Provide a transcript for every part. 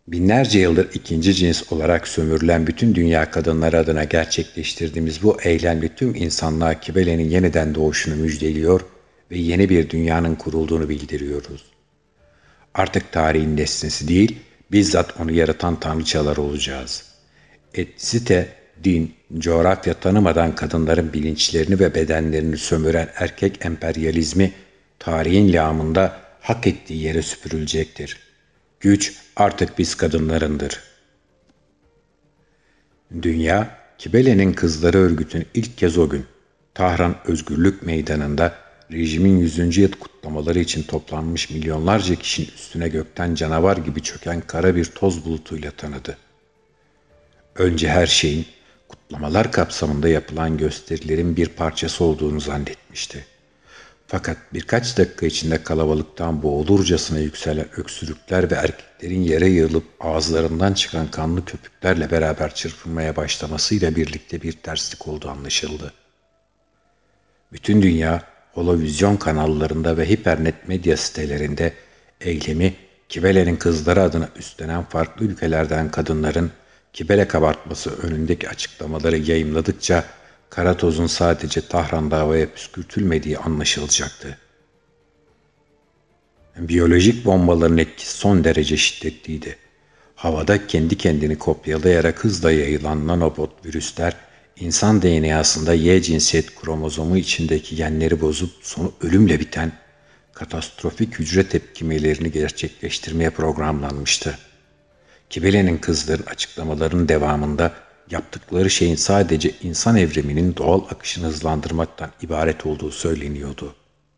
Binlerce yıldır ikinci cins olarak sömürülen bütün dünya kadınları adına gerçekleştirdiğimiz bu eylemle tüm insanlığa Kibele'nin yeniden doğuşunu müjdeliyor ve yeni bir dünyanın kurulduğunu bildiriyoruz. Artık tarihin nesnesi değil, bizzat onu yaratan tanrıçalar olacağız. Etnisite, din, coğrafya tanımadan kadınların bilinçlerini ve bedenlerini sömüren erkek emperyalizmi tarihin lağımında hak ettiği yere süpürülecektir. Güç artık biz kadınlarındır. Dünya, Kibele'nin Kızları Örgütü'nü ilk kez o gün, Tahran Özgürlük Meydanı'nda rejimin 100. yıl kutlamaları için toplanmış milyonlarca kişinin üstüne gökten canavar gibi çöken kara bir toz bulutuyla tanıdı. Önce her şeyin, kutlamalar kapsamında yapılan gösterilerin bir parçası olduğunu zannetmişti. Fakat birkaç dakika içinde kalabalıktan boğulurcasına yükselen öksürükler ve erkeklerin yere yığılıp ağızlarından çıkan kanlı köpüklerle beraber çırpınmaya başlamasıyla birlikte bir terslik olduğu anlaşıldı. Bütün dünya holovizyon kanallarında ve hipernet medya sitelerinde eylemi Kibele'nin Kızları adına üstlenen farklı ülkelerden kadınların Kibele kabartması önündeki açıklamaları yayımladıkça kara tozun sadece Tahran'da havaya püskürtülmediği anlaşılacaktı. Biyolojik bombaların etkisi son derece şiddetliydi. Havada kendi kendini kopyalayarak hızla yayılan nanobot virüsler, insan DNA'sında Y cinsiyet kromozomu içindeki genleri bozup sonu ölümle biten katastrofik hücre tepkimelerini gerçekleştirmeye programlanmıştı. Kibele'nin Kızların açıklamalarının devamında yaptıkları şeyin sadece insan evriminin doğal akışını hızlandırmaktan ibaret olduğu söyleniyordu.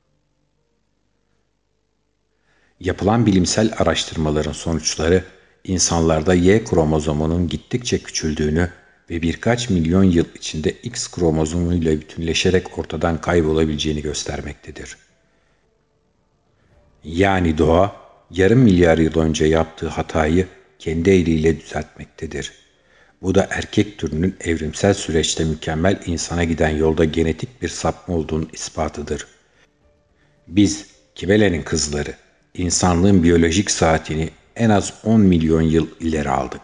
Yapılan bilimsel araştırmaların sonuçları insanlarda Y kromozomunun gittikçe küçüldüğünü ve birkaç milyon yıl içinde X kromozomuyla bütünleşerek ortadan kaybolabileceğini göstermektedir. Yani doğa yarım milyar yıl önce yaptığı hatayı kendi eliyle düzeltmektedir. Bu da erkek türünün evrimsel süreçte mükemmel insana giden yolda genetik bir sapma olduğunun ispatıdır. Biz, Kibele'nin kızları, insanlığın biyolojik saatini en az 10 milyon yıl ileri aldık.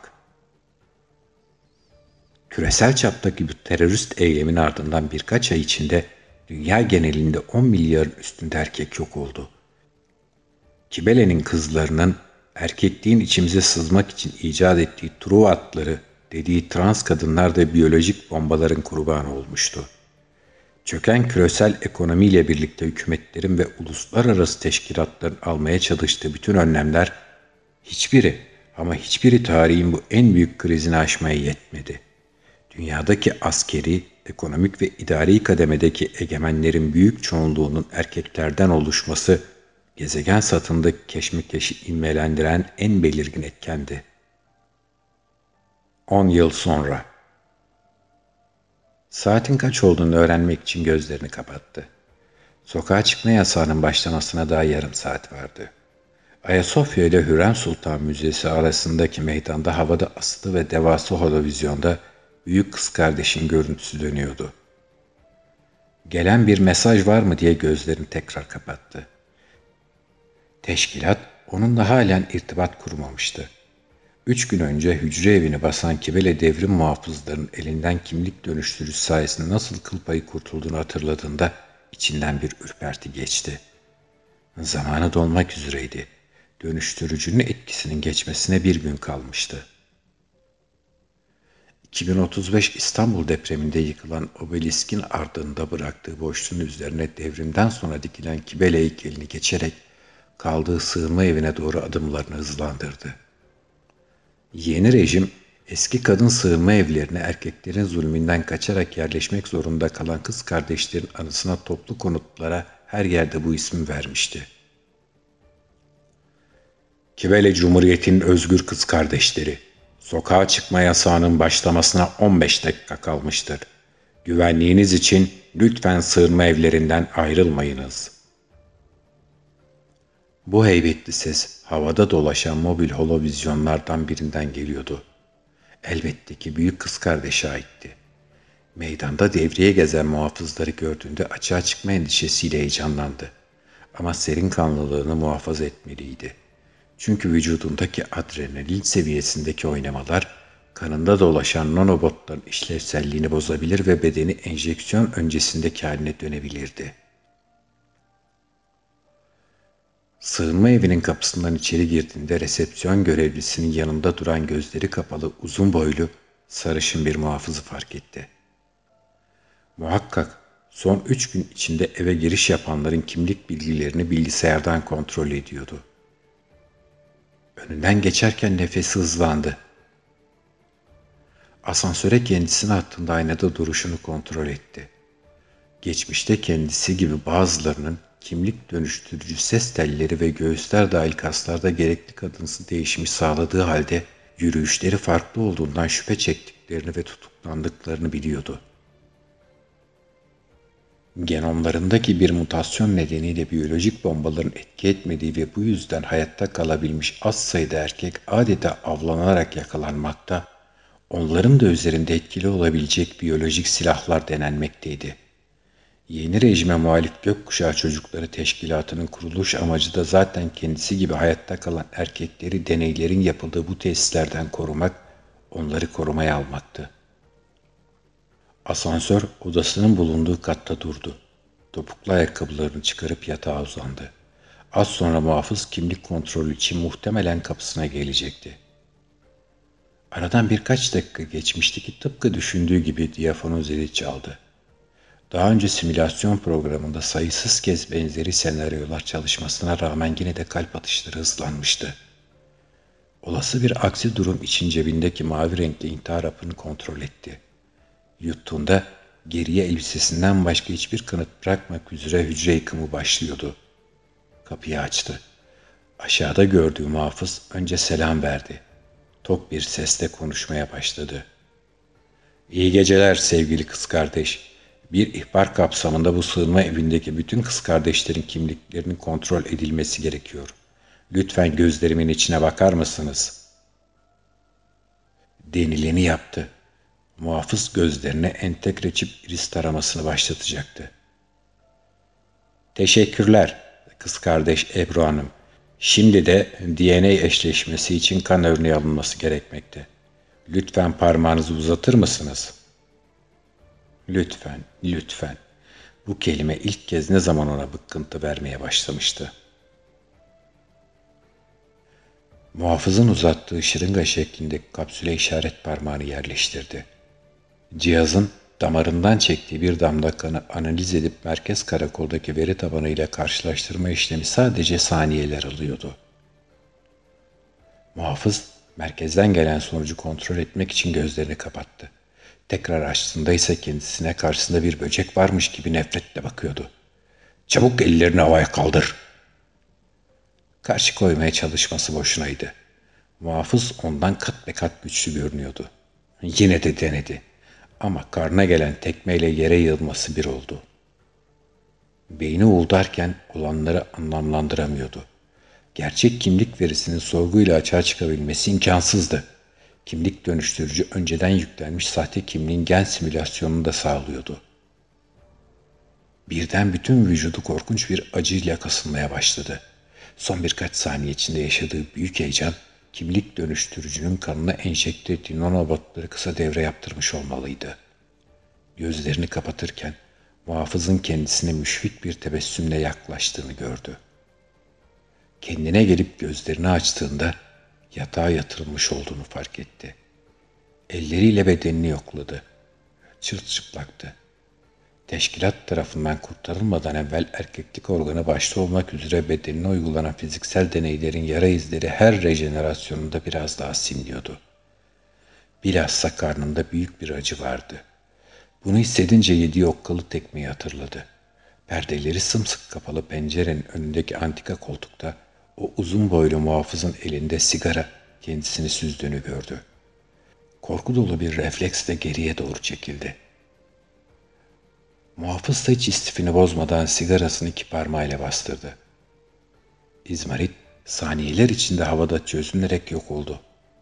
Küresel çaptaki bu terörist eylemin ardından birkaç ay içinde dünya genelinde 10 milyarın üstünde erkek yok oldu. Kibele'nin kızlarının erkekliğin içimize sızmak için icat ettiği Truva atları dediği trans kadınlar da biyolojik bombaların kurbanı olmuştu. Çöken küresel ekonomiyle birlikte hükümetlerin ve uluslararası teşkilatların almaya çalıştığı bütün önlemler hiçbiri tarihin bu en büyük krizini aşmaya yetmedi. Dünyadaki askeri, ekonomik ve idari kademedeki egemenlerin büyük çoğunluğunun erkeklerden oluşması gezegen satındaki keşmekeşi ivmelendiren en belirgin etkendi. 10 yıl sonra. Saatin kaç olduğunu öğrenmek için gözlerini kapattı. Sokağa çıkma yasağının başlamasına daha yarım saat vardı. Ayasofya ile Hürrem Sultan Müzesi arasındaki meydanda havada asılı ve devasa holovizyonda büyük kız kardeşin görüntüsü dönüyordu. Gelen bir mesaj var mı diye gözlerini tekrar kapattı. Teşkilat onunla halen irtibat kurmamıştı. 3 gün önce hücre evini basan Kibele devrim muhafızlarının elinden kimlik dönüştürücü sayesinde nasıl kıl payı kurtulduğunu hatırladığında içinden bir ürperti geçti. Zamanı dolmak üzereydi. Dönüştürücünün etkisinin geçmesine bir gün kalmıştı. 2035 İstanbul depreminde yıkılan obeliskin ardında bıraktığı boşluğun üzerine devrimden sonra dikilen Kibele heykelini geçerek kaldığı sığınma evine doğru adımlarını hızlandırdı. Yeni rejim, eski kadın sığınma evlerine erkeklerin zulmünden kaçarak yerleşmek zorunda kalan kız kardeşlerin anısına toplu konutlara her yerde bu ismi vermişti. Kibele Cumhuriyeti'nin özgür kız kardeşleri, sokağa çıkma yasağının başlamasına 15 dakika kalmıştır. Güvenliğiniz için lütfen sığınma evlerinden ayrılmayınız. Bu heybetli ses havada dolaşan mobil holovizyonlardan birinden geliyordu. Elbette ki büyük kız kardeşe aitti. Meydanda devriye gezen muhafızları gördüğünde açığa çıkma endişesiyle heyecanlandı. Ama serin kanlılığını muhafaza etmeliydi. Çünkü vücudundaki adrenalin seviyesindeki oynamalar kanında dolaşan nanobotların işlevselliğini bozabilir ve bedeni enjeksiyon öncesindeki haline dönebilirdi. Sığınma evinin kapısından içeri girdiğinde resepsiyon görevlisinin yanında duran gözleri kapalı uzun boylu sarışın bir muhafızı fark etti. Muhakkak son 3 gün içinde eve giriş yapanların kimlik bilgilerini bilgisayardan kontrol ediyordu. Önünden geçerken nefesi hızlandı. Asansöre kendisini attığında aynada duruşunu kontrol etti. Geçmişte kendisi gibi bazılarının kimlik dönüştürücü ses telleri ve göğüsler dahil kaslarda gerekli kadınsı değişimi sağladığı halde yürüyüşleri farklı olduğundan şüphe çektiklerini ve tutuklandıklarını biliyordu. Genomlarındaki bir mutasyon nedeniyle biyolojik bombaların etki etmediği ve bu yüzden hayatta kalabilmiş az sayıda erkek adeta avlanarak yakalanmakta, onların da üzerinde etkili olabilecek biyolojik silahlar denenmekteydi. Yeni rejime muhalif Gökkuşağı Çocukları Teşkilatı'nın kuruluş amacı da zaten kendisi gibi hayatta kalan erkekleri deneylerin yapıldığı bu tesislerden korumak, onları korumaya almaktı. Asansör odasının bulunduğu katta durdu. Topuklu ayakkabılarını çıkarıp yatağa uzandı. Az sonra muhafız kimlik kontrolü için muhtemelen kapısına gelecekti. Aradan birkaç dakika geçmişti ki tıpkı düşündüğü gibi diyafonun zili çaldı. Daha önce simülasyon programında sayısız kez benzeri senaryolar çalışmasına rağmen yine de kalp atışları hızlanmıştı. Olası bir aksi durum için cebindeki mavi renkli intihar hapını kontrol etti. Yuttuğunda geriye elbisesinden başka hiçbir kanıt bırakmak üzere hücre yıkımı başlıyordu. Kapıyı açtı. Aşağıda gördüğü muhafız önce selam verdi. Tok bir sesle konuşmaya başladı. "İyi geceler sevgili kız kardeş. Bir ihbar kapsamında bu sığınma evindeki bütün kız kardeşlerin kimliklerinin kontrol edilmesi gerekiyor. Lütfen gözlerimin içine bakar mısınız?" Denileni yaptı. Muhafız gözlerine entegre çip iris taramasını başlatacaktı. "Teşekkürler kız kardeş Ebru Hanım. Şimdi de DNA eşleşmesi için kan örneği alınması gerekmekte. Lütfen parmağınızı uzatır mısınız?" Lütfen, lütfen. Bu kelime ilk kez ne zaman ona bıkkıntı vermeye başlamıştı. Muhafızın uzattığı şırınga şeklindeki kapsüle işaret parmağını yerleştirdi. Cihazın damarından çektiği bir damla kanı analiz edip merkez karakoldaki veri tabanıyla karşılaştırma işlemi sadece saniyeler alıyordu. Muhafız merkezden gelen sonucu kontrol etmek için gözlerini kapattı. Tekrar açtığında ise kendisine karşısında bir böcek varmış gibi nefretle bakıyordu. "Çabuk ellerini havaya kaldır." Karşı koymaya çalışması boşunaydı. Muhafız ondan kat be kat güçlü görünüyordu. Yine de denedi. Ama karnına gelen tekmeyle yere yığılması bir oldu. Beyni uğuldarken olanları anlamlandıramıyordu. Gerçek kimlik verisinin sorguyla açığa çıkabilmesi imkansızdı. Kimlik dönüştürücü önceden yüklenmiş sahte kimliğin gen simülasyonunu da sağlıyordu. Birden bütün vücudu korkunç bir acıyla kasılmaya başladı. Son birkaç saniye içinde yaşadığı büyük heyecan, kimlik dönüştürücünün kanına enjekte ettiği nanobotları kısa devre yaptırmış olmalıydı. Gözlerini kapatırken muhafızın kendisine müşfik bir tebessümle yaklaştığını gördü. Kendine gelip gözlerini açtığında yatağa yatırılmış olduğunu fark etti. Elleriyle bedenini yokladı. Çırılçıplaktı. Teşkilat tarafından kurtarılmadan evvel erkeklik organı başta olmak üzere bedenine uygulanan fiziksel deneylerin yara izleri her rejenerasyonunda biraz daha simliyordu. Bilhassa karnında büyük bir acı vardı. Bunu hissedince yediği okkalı tekmeyi hatırladı. Perdeleri sımsıkı kapalı pencerenin önündeki antika koltukta o uzun boylu muhafızın elinde sigara kendisini süzdüğünü gördü. Korku dolu bir refleksle geriye doğru çekildi. Muhafız da hiç istifini bozmadan sigarasını iki parmağıyla bastırdı. İzmarit saniyeler içinde havada çözünerek yok oldu.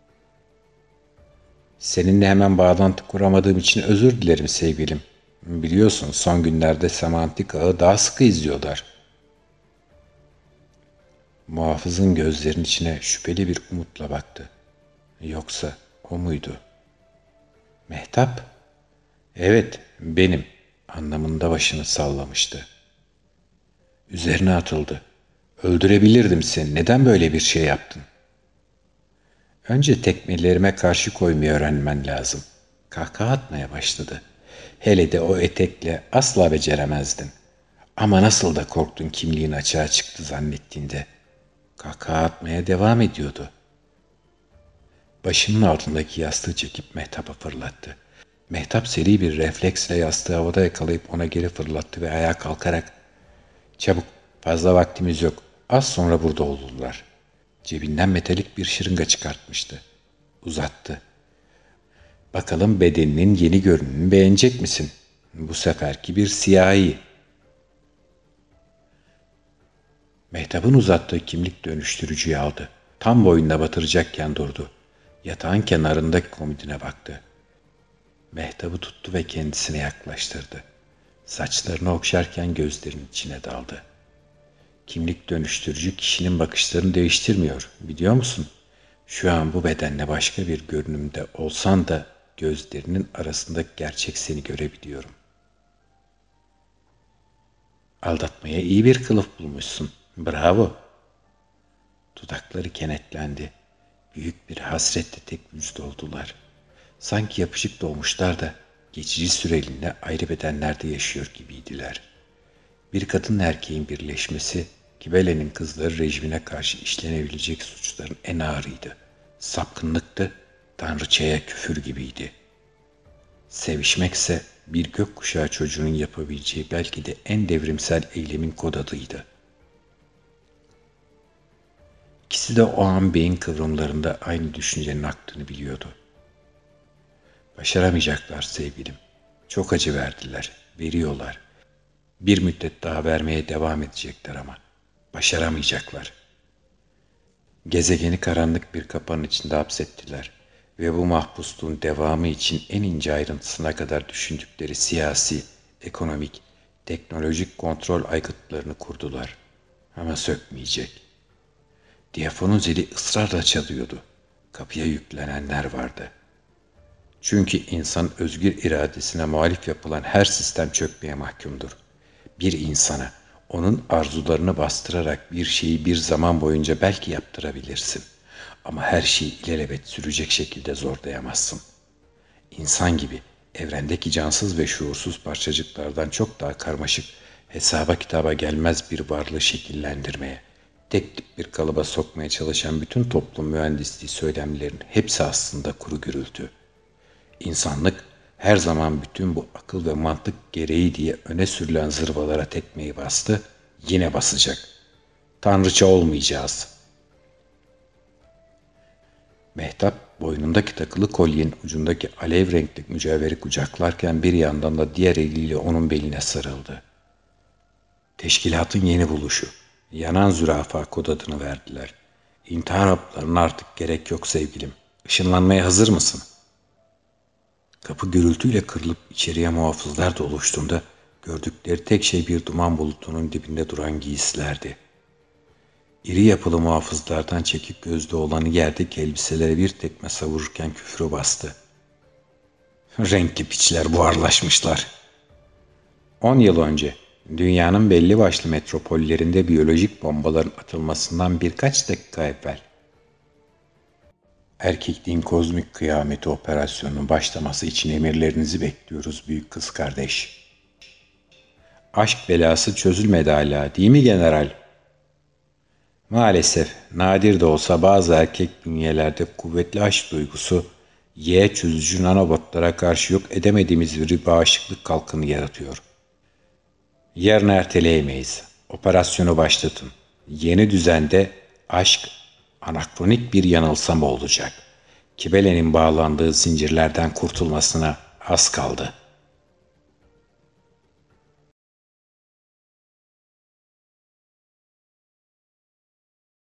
"Seninle hemen bağlantı kuramadığım için özür dilerim sevgilim. Biliyorsun son günlerde semantik ağı daha sıkı izliyorlar." Muhafızın gözlerinin içine şüpheli bir umutla baktı. Yoksa o muydu? Mehtap? Evet, benim anlamında başını sallamıştı. Üzerine atıldı. Öldürebilirdim seni. Neden böyle bir şey yaptın? Önce tekmelerime karşı koymayı öğrenmen lazım. Kahkaha atmaya başladı. Hele de o etekle asla beceremezdin. Ama nasıl da korktun kimliğin açığa çıktı zannettiğinde. Kahkaha atmaya devam ediyordu. Başının altındaki yastığı çekip Mehtap'a fırlattı. Mehtap seri bir refleksle yastığı havada yakalayıp ona geri fırlattı ve ayağa kalkarak ''Çabuk, fazla vaktimiz yok. Az sonra burada olurlar.'' Cebinden metalik bir şırınga çıkartmıştı. Uzattı. ''Bakalım bedeninin yeni görünümünü beğenecek misin? Bu seferki bir siyahi.'' Mehtap'ın uzattığı kimlik dönüştürücüyü aldı. Tam boynuna batıracakken durdu. Yatağın kenarındaki komodine baktı. Mehtap'ı tuttu ve kendisine yaklaştırdı. Saçlarını okşarken gözlerinin içine daldı. Kimlik dönüştürücü kişinin bakışlarını değiştirmiyor, biliyor musun? Şu an bu bedenle başka bir görünümde olsan da gözlerinin arasındaki gerçek seni görebiliyorum. Aldatmaya iyi bir kılıf bulmuşsun. Bravo. Dudakları kenetlendi. Büyük bir hasretle tek vücut oldular. Sanki yapışık doğmuşlar da geçici süreliğine ayrı bedenlerde yaşıyor gibiydiler. Bir kadınla erkeğin birleşmesi, Kibele'nin kızları rejimine karşı işlenebilecek suçların en ağırıydı. Sapkınlıktı, tanrıçaya küfür gibiydi. Sevişmekse bir gökkuşağı çocuğunun yapabileceği belki de en devrimsel eylemin kod adıydı. İkisi de o an beyin kıvrımlarında aynı düşüncenin aktığını biliyordu. Başaramayacaklar sevgilim. Çok acı verdiler, veriyorlar. Bir müddet daha vermeye devam edecekler ama başaramayacaklar. Gezegeni karanlık bir kapının içinde hapsettiler ve bu mahpusluğun devamı için en ince ayrıntısına kadar düşündükleri siyasi, ekonomik, teknolojik kontrol aygıtlarını kurdular. Ama sökmeyecek. Diyafonun zili ısrarla çalıyordu. Kapıya yüklenenler vardı. Çünkü insan özgür iradesine muhalif yapılan her sistem çökmeye mahkumdur. Bir insana, onun arzularını bastırarak bir şeyi bir zaman boyunca belki yaptırabilirsin. Ama her şeyi ilelebet sürecek şekilde zorlayamazsın. İnsan gibi evrendeki cansız ve şuursuz parçacıklardan çok daha karmaşık, hesaba kitaba gelmez bir varlığı şekillendirmeye, tek tip bir kalıba sokmaya çalışan bütün toplum mühendisliği söylemlerinin hepsi aslında kuru gürültü. İnsanlık her zaman bütün bu akıl ve mantık gereği diye öne sürülen zırvalara tekmeyi bastı, yine basacak. Tanrıça olmayacağız. Mehtap boynundaki takılı kolyenin ucundaki alev renkli mücevheri kucaklarken bir yandan da diğer eliyle onun beline sarıldı. Teşkilatın yeni buluşu. Yanan zürafa kod adını verdiler. İntihar haplarına artık gerek yok sevgilim. Işınlanmaya hazır mısın? Kapı gürültüyle kırılıp içeriye muhafızlar doluştuğunda gördükleri tek şey bir duman bulutunun dibinde duran giysilerdi. İri yapılı muhafızlardan çekik gözlü olanı yerdeki elbiselere bir tekme savururken küfrü bastı. Renkli piçler buharlaşmışlar. 10 yıl önce dünyanın belli başlı metropollerinde biyolojik bombaların atılmasından birkaç dakika evvel erkekliğin kozmik kıyameti operasyonunun başlaması için emirlerinizi bekliyoruz büyük kız kardeş. Aşk belası çözülmedi hala, değil mi general? Maalesef nadir de olsa bazı erkek bünyelerde kuvvetli aşk duygusu Y çözücü nanobotlara karşı yok edemediğimiz bir bağışıklık kalkanı yaratıyor. Yarın erteleyemeyiz. Operasyonu başlatın. Yeni düzende aşk anakronik bir yanılsama olacak. Kibele'nin bağlandığı zincirlerden kurtulmasına az kaldı.